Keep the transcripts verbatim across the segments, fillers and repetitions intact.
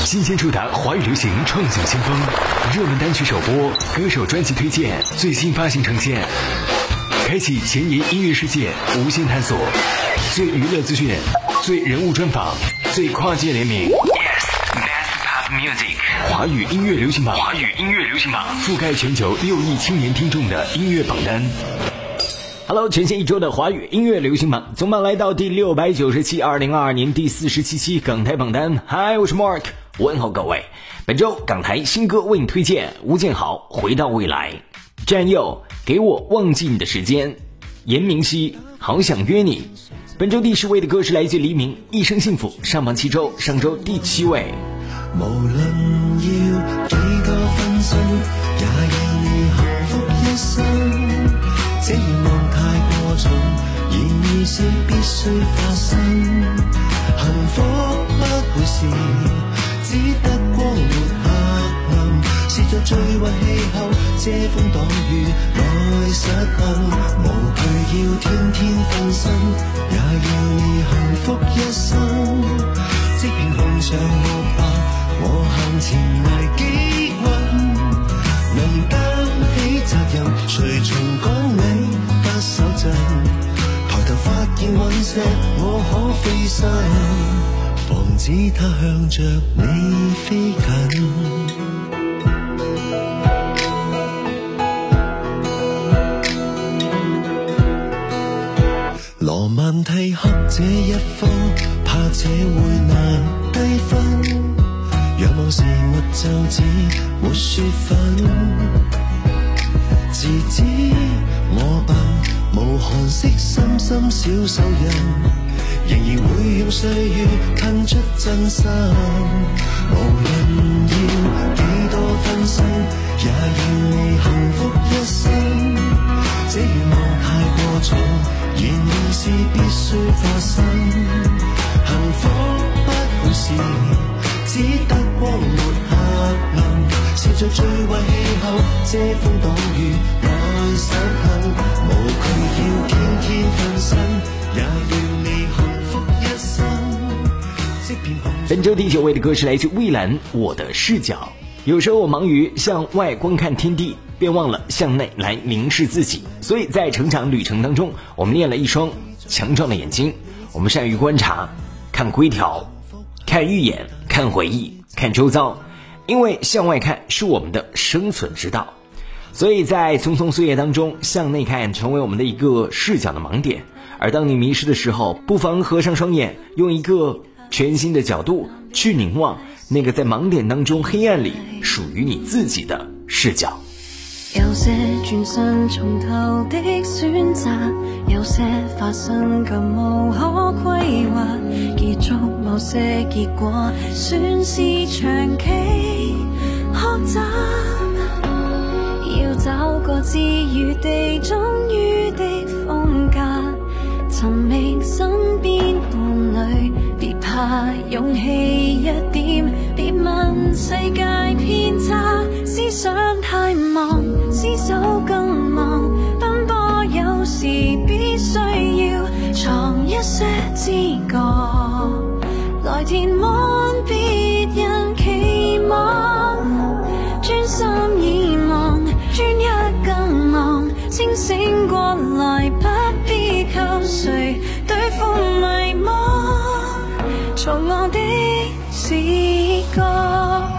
新鲜触达华语流行创新先锋，热门单曲首播，歌手专辑推荐，最新发行呈现，开启前沿音乐世界无限探索，最娱乐资讯，最人物专访，最跨界联名。Yes, Best Pop Music， 华语音乐流行榜，华语音乐流行榜覆盖全球六亿青年听众的音乐榜单。Hello， 全新一周的华语音乐流行榜总榜来到第六百九十期，二零二二年第四十七期港台榜单。嗨，我是 Mark， 问候各位。本周港台新歌为你推荐：吴建豪《回到未来》，战友给我忘记你的时间，严明熙好想约你。本周第十位的歌是来自黎明，一生幸福，上榜七周，上周第七位。 無論要幾多分身，也要你幸福一生。這願望太過重，然而是必須發生。幸福不會是只得光沒黑暗，是在最壞氣候遮風擋雨來實行。無懼要天天分身，也要你幸福一生。即便碰上惡霸，我向前捱幾棍，能擔起責任，隨從講你不手震。抬頭發現隕石，我可飛身，防止它向着你飛近。羅曼蒂克這一方，怕這會難低分。仰望時沒皺紙，沒雪粉，自知我笨，無韓式深深小手印，仍然會用歲月噴出真心。無論要幾多分身，也要你幸福一生。這願望太過重，然而是必須發生。幸福不會是只得光沒黑暗，是在最壞氣候遮風擋雨來實行。無懼要天天分身，也要你幸福一生。 本周第九位的歌是来自蔚蓝《我的視角》。有时候我忙于向外观看天地，便忘了向内来凝视自己。所以在成长旅程当中，我们练了一双强壮的眼睛，我们善于观察，看规条，看预演，看回忆，看周遭。因为向外看是我们的生存之道，所以在匆匆岁月当中，向内看成为我们的一个视角的盲点。而当你迷失的时候，不妨合上双眼，用一个全新的角度去凝望那个在盲点当中黑暗里属于你自己的视角。 有些轉身從頭的選擇，有些發生卻無可規劃，結束某些結果算是長期學習，要找個治愈地忠於的風格，尋覓身邊伴侶，別怕勇氣一點，別問世界偏差，思想太忙，廝守更忙，奔波有時必須要藏一些知覺，來填滿別人期望，專心以望，專一更忙，清醒過來不必靠誰對付迷惘，從我的視覺。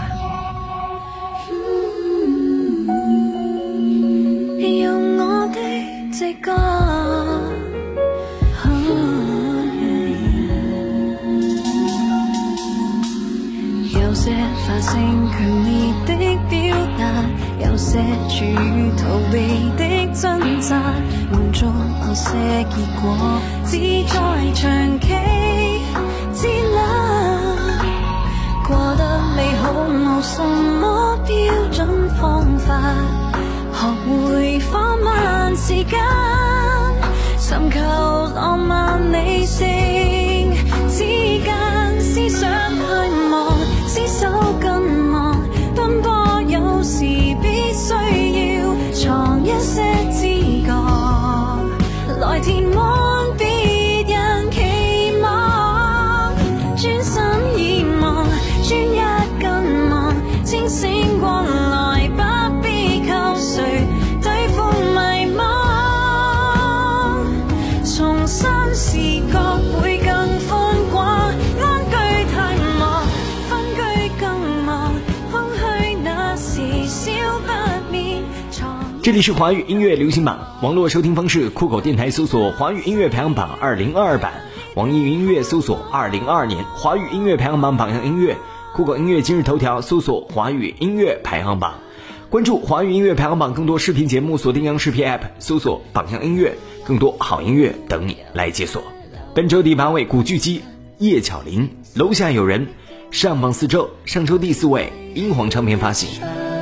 有些發聲強烈的表達，有些處於逃避的掙扎，滿足某些結果，只在長期煎熬，過得美好無什麼標準方法，學會放慢時間，尋求浪漫理性之間，思想太忙，廝守更忙，奔波有時必須要藏一些知覺，來填滿別人期望，專心以望，專一更这里是华语音乐流行榜，网络收听方式酷狗电台搜索华语音乐排行榜二零二二版，网易云音乐搜索二零二二年华语音乐排行榜榜样音乐，酷狗音乐今日头条搜索华语音乐排行榜，关注华语音乐排行榜更多视频节目，锁定央视 P App 搜索榜样音乐，更多好音乐等你来解锁。本周第八位古巨基叶巧琳，楼下有人，上榜四周，上周第四位英皇唱片发行。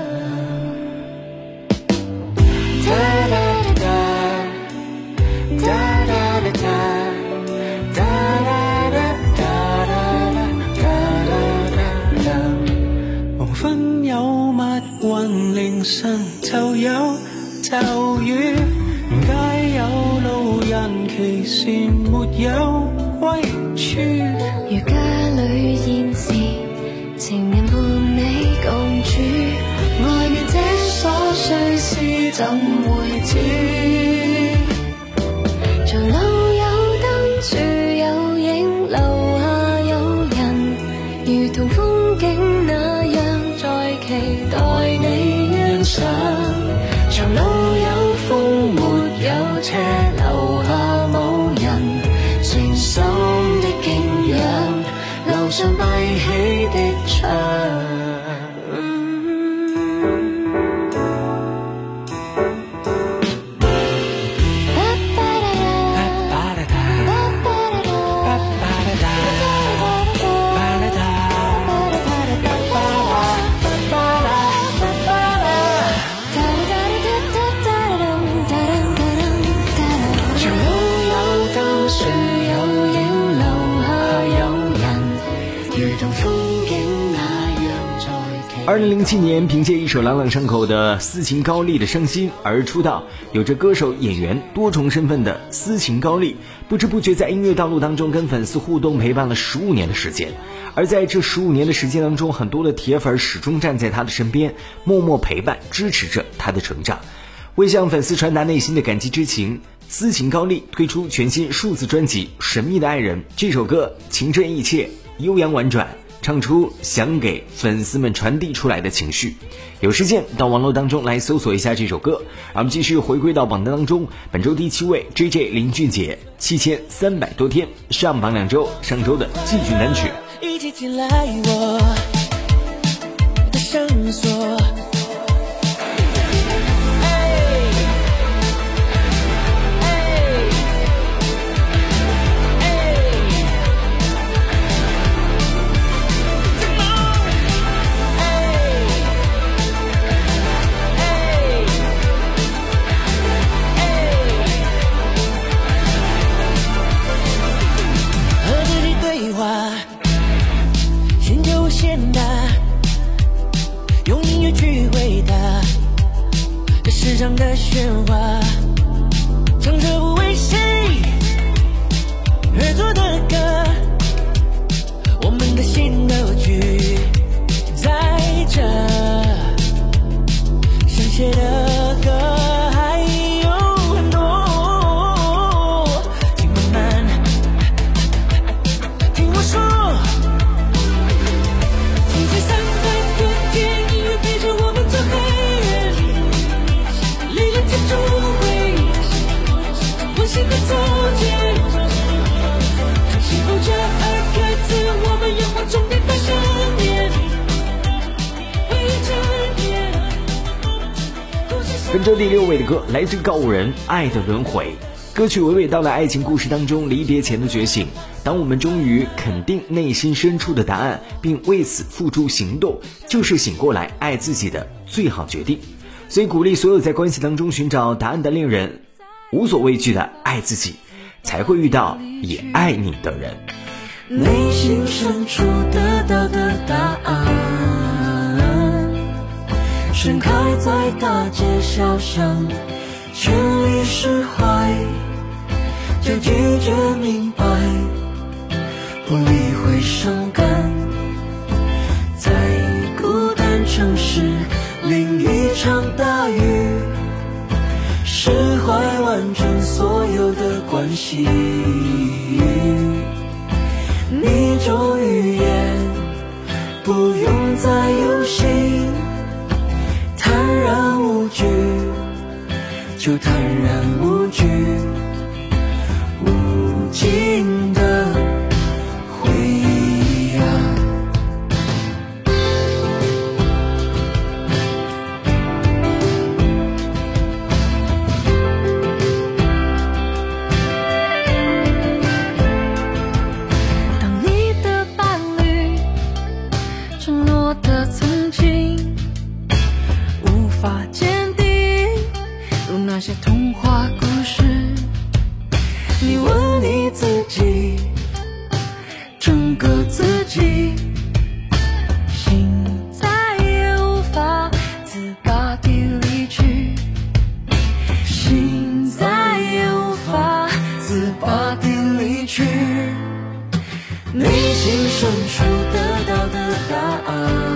黃昏有密雲，凌晨就有驟雨，街有路人，其實沒有歸處。 如家裏現時，情人伴你共處，外面這瑣碎事怎會知？長路有燈，樹有影，樓下有人，如同風景那樣在期待你欣賞。長路有風沒有斜，樓下冇人，誠心的敬仰，樓上閉起的窗。 二零零七年，凭借一首朗朗上口的斯琴高丽的伤心而出道，有着歌手、演员多重身份的斯琴高丽，不知不觉在音乐道路当中跟粉丝互动陪伴了十五年的时间。而在这十五年的时间当中，很多的铁粉始终站在他的身边，默默陪伴支持着他的成长。为向粉丝传达内心的感激之情，斯琴高丽推出全新数字专辑《神秘的爱人》，这首歌情真意切，悠扬婉转，唱出想给粉丝们传递出来的情绪。有时间到网络当中来搜索一下这首歌。而我们继续回归到榜单当中，本周第七位 J J 林俊杰，七千三百多天，上榜两周，上周的季军单曲。 一起进来我的绳索，用音乐去回答这世上的喧哗，唱着不为谁而做的歌，我们的心都聚在这，想写的歌还有很多，请慢慢听我说。 本周第六位的歌来自告五人，《爱的轮回》。歌曲娓娓道来爱情故事当中离别前的觉醒。当我们终于肯定内心深处的答案，并为此付诸行动，就是醒过来爱自己的最好决定。所以鼓励所有在关系当中寻找答案的恋人，无所畏惧的爱自己，才会遇到也爱你的人。 内心深处得到的答案，盛开在大街小巷，全力释怀，就拒绝明白，不理会伤感，在孤单城市淋一场大雨，释怀完整所有的关系，你终于也不用再忧心，坦然无惧， 就坦然无惧，无尽的回忆啊。 当你的伴侣承诺的曾经无法坚定，如那些童话故事，你问你自己，整个自己，心再也无法自拔地离去，心再也无法自拔地离去，内心深处得到的答案。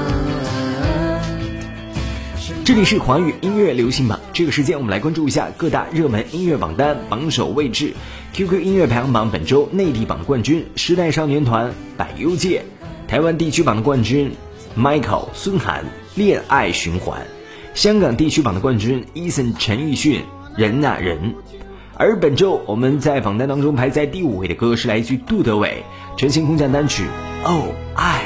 这里是华语音乐流行榜，这个时间我们来关注一下各大热门音乐榜单榜首位置。 Q Q 音乐排行榜本周内地榜冠军时代少年团百忧戒，台湾地区榜的冠军 Michael 孙涵恋爱循环，香港地区榜的冠军 Eason 陈奕迅人啊人。而本周我们在榜单当中排在第五位的歌是来自于杜德伟陈星空降单曲哦爱。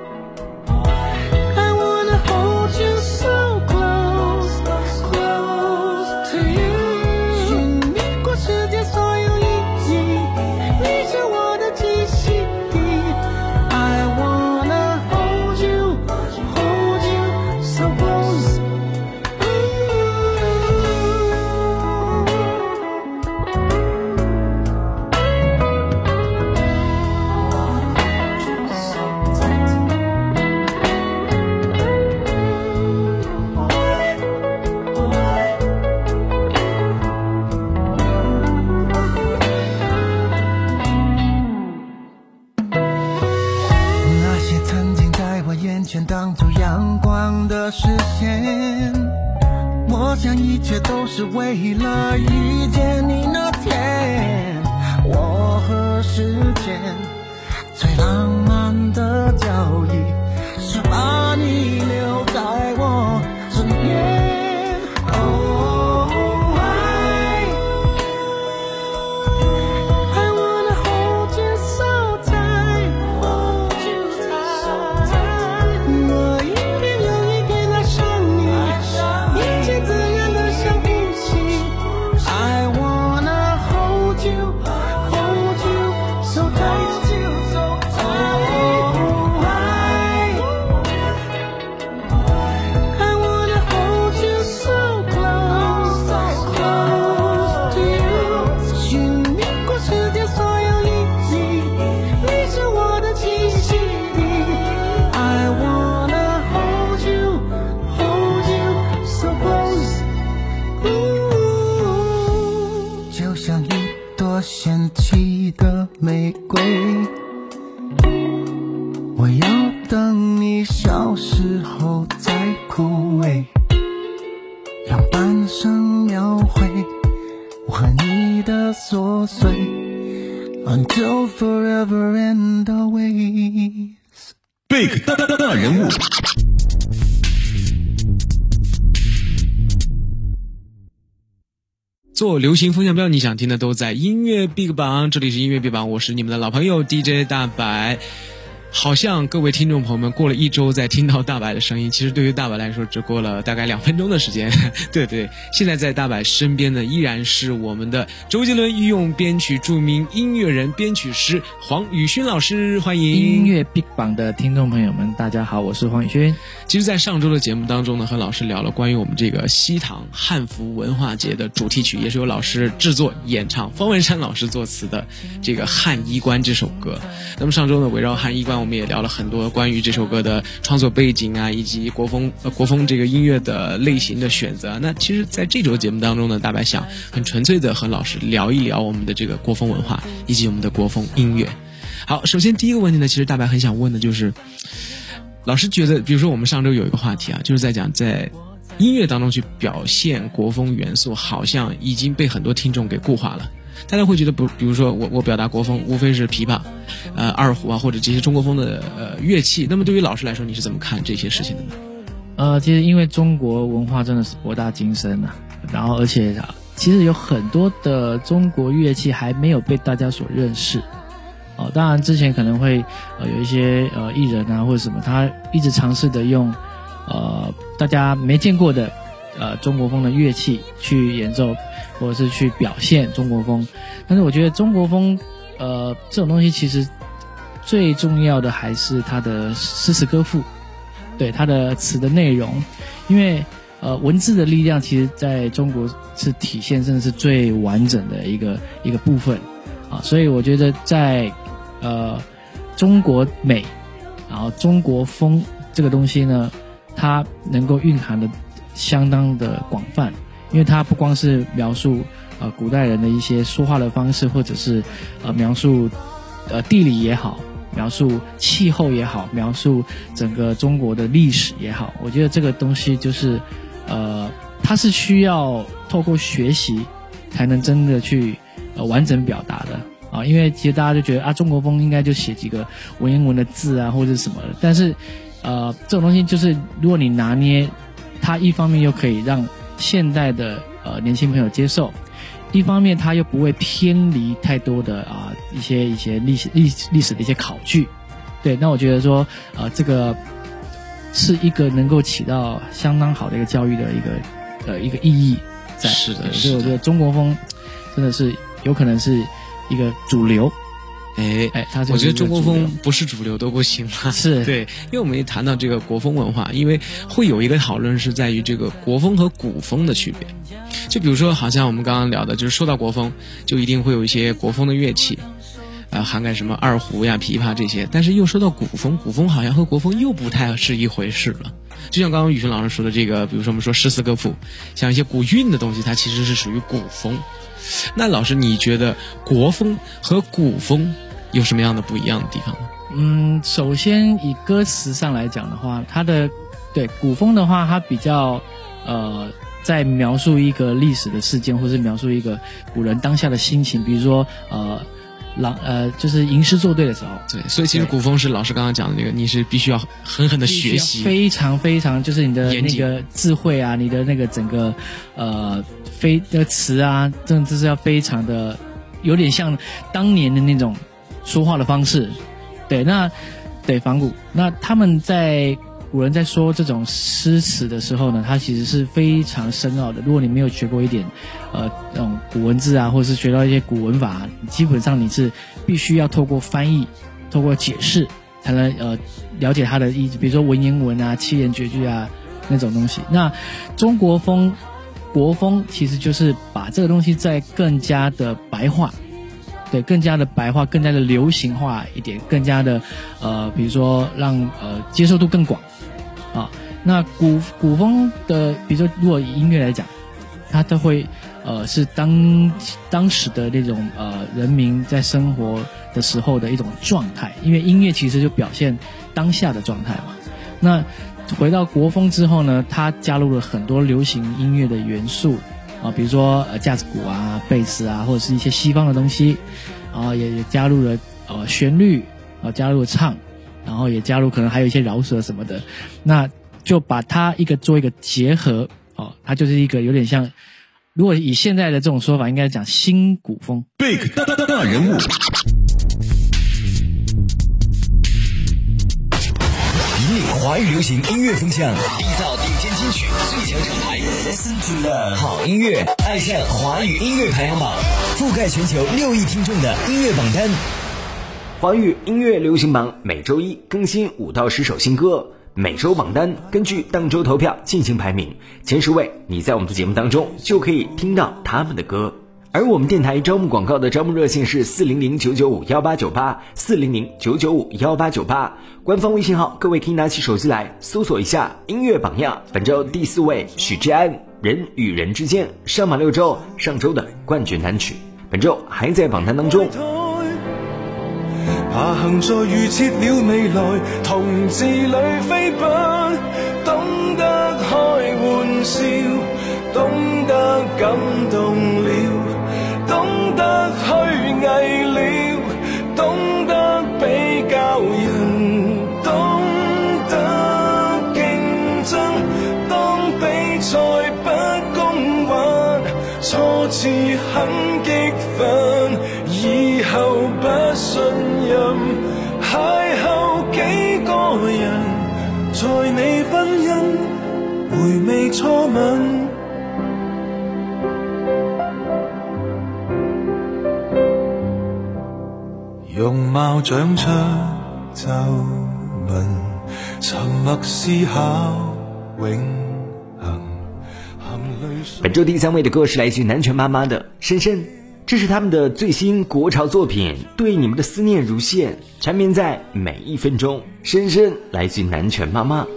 当作阳光的视线，我想一切都是为了遇见你那天。我和时间最浪漫的交易是把你留在我身边。哦，爱 I wanna hold you so tight, hold you tight。我一遍又一遍爱上你，一切自然的像呼吸。I wanna hold you, hold you so tight, so tight。Oh, I I wanna hold you so close, so close to you。寻遍过世界所有意义，你是我的栖息地。I wanna hold you, hold you so close。就像一朵掀起的玫瑰，我要等你消失后再枯萎，用半生描绘我和你的琐碎 ，Until forever and always。 Big 大大大人物。做流行风向标，你想听的都在音乐 Big 榜，这里是音乐 Big 榜，我是你们的老朋友 D J 大白。好像各位听众朋友们过了一周再听到大白的声音，其实对于大白来说只过了大概两分钟的时间。对对，现在在大白身边的依然是我们的周杰伦御用编曲著名音乐人编曲师黄宇勋老师，欢迎。 音乐 Big 榜的听众朋友们大家好，我是黄宇勋。 其实在上周的节目当中呢，和老师聊了关于我们这个西塘汉服文化节的主题曲，也是由老师制作演唱，方文山老师作词的这个汉衣冠这首歌。那么上周呢，围绕汉衣冠我们也聊了很多关于这首歌的创作背景啊，以及国风呃国风这个音乐的类型的选择。那其实在这周节目当中呢，大白想很纯粹的和老师聊一聊我们的这个国风文化以及我们的国风音乐。好，首先第一个问题呢，其实大白很想问的就是老师觉得，比如说我们上周有一个话题啊，就是在讲在音乐当中去表现国风元素，好像已经被很多听众给固化了。大家会觉得不，比如说我我表达国风无非是琵琶、呃二胡啊，或者这些中国风的呃乐器。那么对于老师来说，你是怎么看这些事情的呢？ 呃，其实因为中国文化真的是博大精深啊，然后而且其实有很多的中国乐器还没有被大家所认识。哦，当然之前可能会呃有一些呃艺人啊或者什么，他一直尝试的用呃大家没见过的呃中国风的乐器去演奏，或者是去表现中国风。但是我觉得中国风呃这种东西其实最重要的还是它的诗词歌赋，对它的词的内容，因为呃文字的力量其实在中国是体现甚至是最完整的一个一个部分啊，所以我觉得在呃中国美，然后中国风这个东西呢，它能够蕴含的相当的广泛，因为它不光是描述呃古代人的一些说话的方式，或者是呃描述呃地理也好，描述气候也好，描述整个中国的历史也好，我觉得这个东西就是呃它是需要透过学习才能真的去呃完整表达的啊，因为其实大家就觉得啊中国风应该就写几个文言文的字啊或者什么的，但是呃这种东西就是如果你拿捏它，一方面又可以让现代的呃年轻朋友接受，一方面它又不会偏离太多的啊、呃、一些一些历史历历史的一些考据，对，那我觉得说呃这个是一个能够起到相当好的一个教育的一个呃一个意义在， 是的， 所以我觉得中国风真的是有可能是一个主流。 哎哎，它我觉得中国风不是主流都不行啊。 是对，因为我们一谈到这个国风文化，因为会有一个讨论是在于这个国风和古风的区别。就比如说，好像我们刚刚聊的，就是说到国风，就一定会有一些国风的乐器，呃，涵盖什么二胡呀、琵琶这些。但是又说到古风，古风好像和国风又不太是一回事了。就像刚刚宇轩老师说的这个，比如说我们说诗词歌赋，像一些古韵的东西，它其实是属于古风。那老师，你觉得国风和古风有什么样的不一样的地方呢？ 嗯，首先以歌词上来讲的话，它的对古风的话，它比较呃在描述一个历史的事件，或是描述一个古人当下的心情，比如说呃狼呃就是吟诗作对的时候。 对，所以其实古风是老师刚刚讲的那个，你是必须要狠狠的学习， 非常非常就是你的那个智慧啊，你的那个整个呃非的词啊，真的就是要非常的有点像当年的那种说话的方式。对，那对仿古，那他们在古人在说这种诗词的时候呢，它其实是非常深奥的。如果你没有学过一点呃那种古文字啊，或者是学到一些古文法，基本上你是必须要透过翻译、透过解释才能呃了解它的意思。比如说文言文啊、七言绝句啊那种东西。那中国风、国风其实就是把这个东西再更加的白话。对，更加的白话，更加的流行化一点，更加的呃，比如说让呃接受度更广啊。那古古风的，比如说如果以音乐来讲，它都会呃是当当时的那种呃人民在生活的时候的一种状态，因为音乐其实就表现当下的状态嘛。那回到国风之后呢，它加入了很多流行音乐的元素。啊，比如说呃架子鼓啊、贝斯啊，或者是一些西方的东西，然后也也加入了呃旋律，啊加入了唱，然后也加入可能还有一些饶舌什么的，那就把它一个做一个结合，哦，它就是一个有点像，如果以现在的这种说法，应该讲新古风。 Big 大大大人物。引领华语流行音乐风向，缔造顶尖金曲最强厂牌 Listen to Love 好音乐，爱上华语音乐排行榜，覆盖全球六亿听众的音乐榜单。 华语音乐流行榜每周一更新五到十首新歌，每周榜单根据当周投票进行排名，前十位你在我们的节目当中就可以听到他们的歌。而我们电台招募广告的招募热线是四零零九九五幺八九八 四零零九九五幺八九八，官方微信号各位可以拿起手机来搜索一下音乐榜样。本周第四位许志安，人与人之间，上榜六周，上周的冠军单曲，本周还在榜单当中。 爬行在預設了未來，同志裏非不懂得開玩笑，懂得感動了，懂得虛偽了，懂得比較人，懂得競爭，當比賽不公允，挫折是很激憤，以後不信任，邂逅幾個人，在你婚姻回味初吻。容貌長出皺紋，沉默思考永恆。 本周第三位的歌是来自南拳妈妈的《深深》，这是他们的最新国潮作品，对你们的思念如线，缠绵在每一分钟。深深来自南拳妈妈。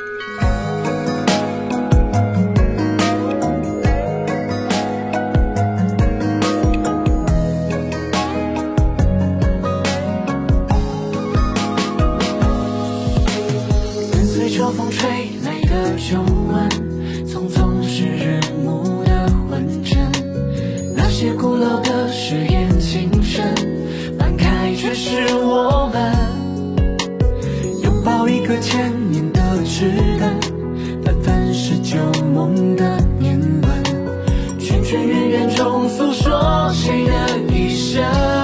着风吹来的皱纹，匆匆是日暮的昏沉，那些古老的誓言情深，翻开却是我们拥抱一个千年的痴灯，纷纷是旧梦的年轮，圈圈圆圆中诉说谁的一生。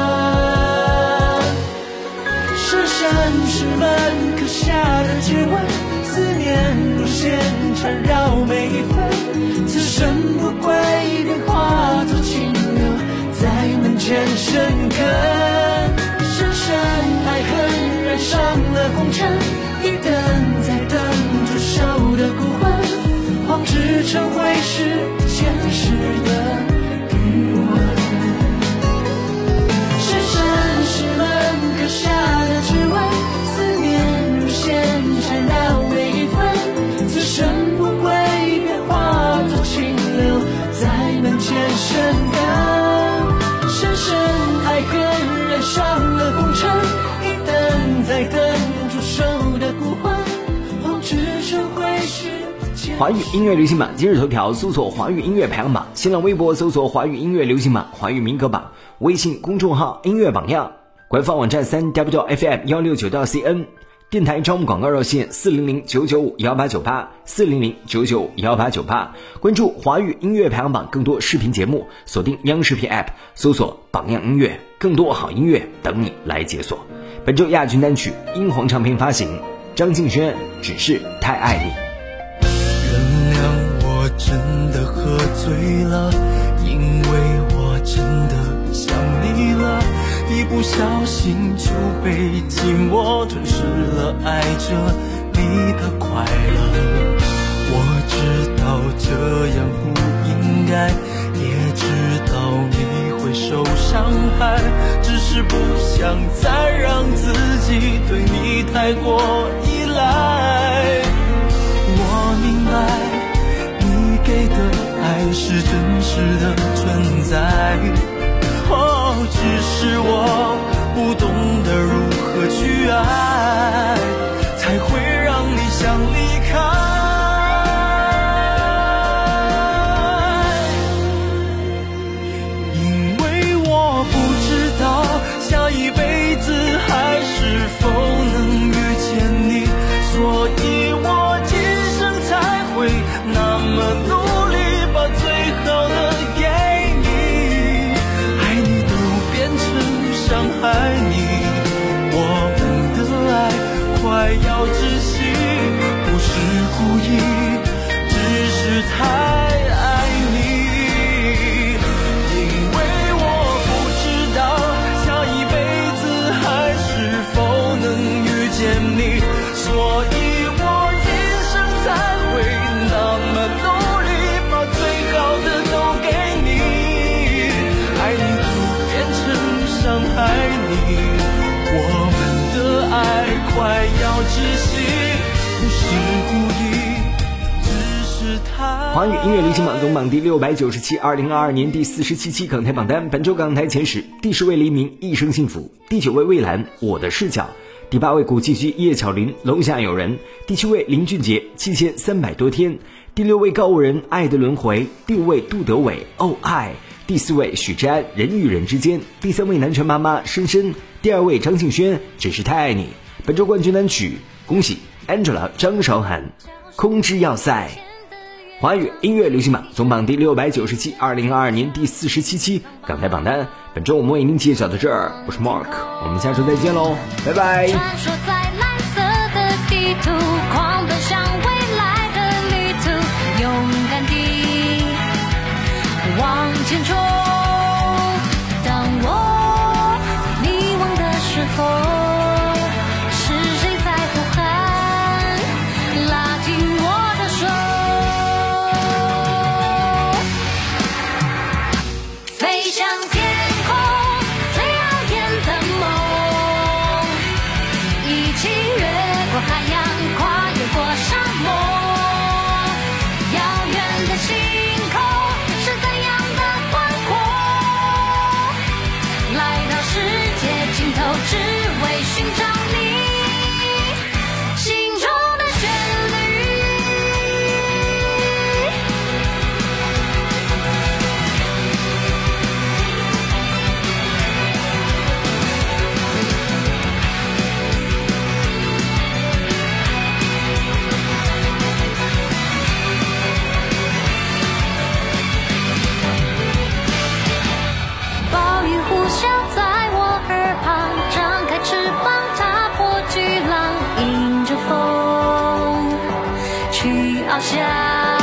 深深是门刻下的指纹，思念如线缠绕每一分，此生不归便化作清流，在门前生根。深深爱恨染上了红尘，一等再等煮熟的骨魂，黄纸成灰是前世的余温。深深是门刻下的指纹，思念如线缠绕每一分，此生不归便化作清流，在门前生根。深深爱恨染上了红尘，一等再等煮熟的骨魂，黄纸成灰是华语音乐流行榜今日头条搜索华语音乐排行榜，新浪微博搜索华语音乐流行榜、华语民歌榜，微信公众号音乐榜样，官方网站三 w f m 一六九 cn， 电台招募广告热线四零零九九五一八九八 四零零九九五一八九八，关注华语音乐排行榜更多视频节目，锁定央视频 App 搜索榜样音乐，更多好音乐等你来解锁。本周亚军单曲英皇唱片发行，张敬轩只是太爱你。 原谅我真的喝醉了，因为我真的想你了，一不小心就被寂寞吞噬了，爱着你的快乐。我知道这样不应该，也知道你会受伤害，只是不想再让自己对你太过依赖。我明白你给的爱是真实的存在，哦，只是我不懂得如何去爱，才会让你想离开。因为我不知道下一辈子还是否能遇见你，所以我今生才会那么努力把最好的给你，爱你都变成伤害你，我们的爱快要窒息，不是故意，只是太爱你。因为我不知道下一辈子还是否能遇见你，所以我今生才会那么努力把最好的都给你，爱你都变成伤害你，我们的爱快要窒息，不是故意，只是太华语音乐流行榜总榜第六百九十七，二零二二年第四十七期港台榜单。本周港台前十，第十位黎明一生幸福，第九位蔚蓝我的视角，第八位古巨基叶巧琳楼下有人，第七位林俊杰七千三百多天，第六位告五人爱的轮回，第五位杜德伟哦爱，第四位许志安人与人之间，第三位南拳妈妈深深，第二位张敬轩只是太爱你。本周冠军单曲恭喜 Angela 张韶涵空之要塞。 华语音乐流行榜总榜第六百九十期，二零二二年第四十七期港台榜单。本周我们为您介绍到这儿，我是 Mark， 我们下周再见喽，拜拜。 传说在蓝色的地图，狂奔向未来的旅途，勇敢地往前冲。当我迷惘的时候，是谁在呼喊，拉紧我的手，飞向天空最耀眼的梦，一起越过海洋，跨越过沙漠，遥远的星空是怎样的宽阔，来到世界尽头只为寻找你心中的旋律。暴雨呼啸在我耳旁，张开翅膀踏破巨浪，迎着风去翱翔。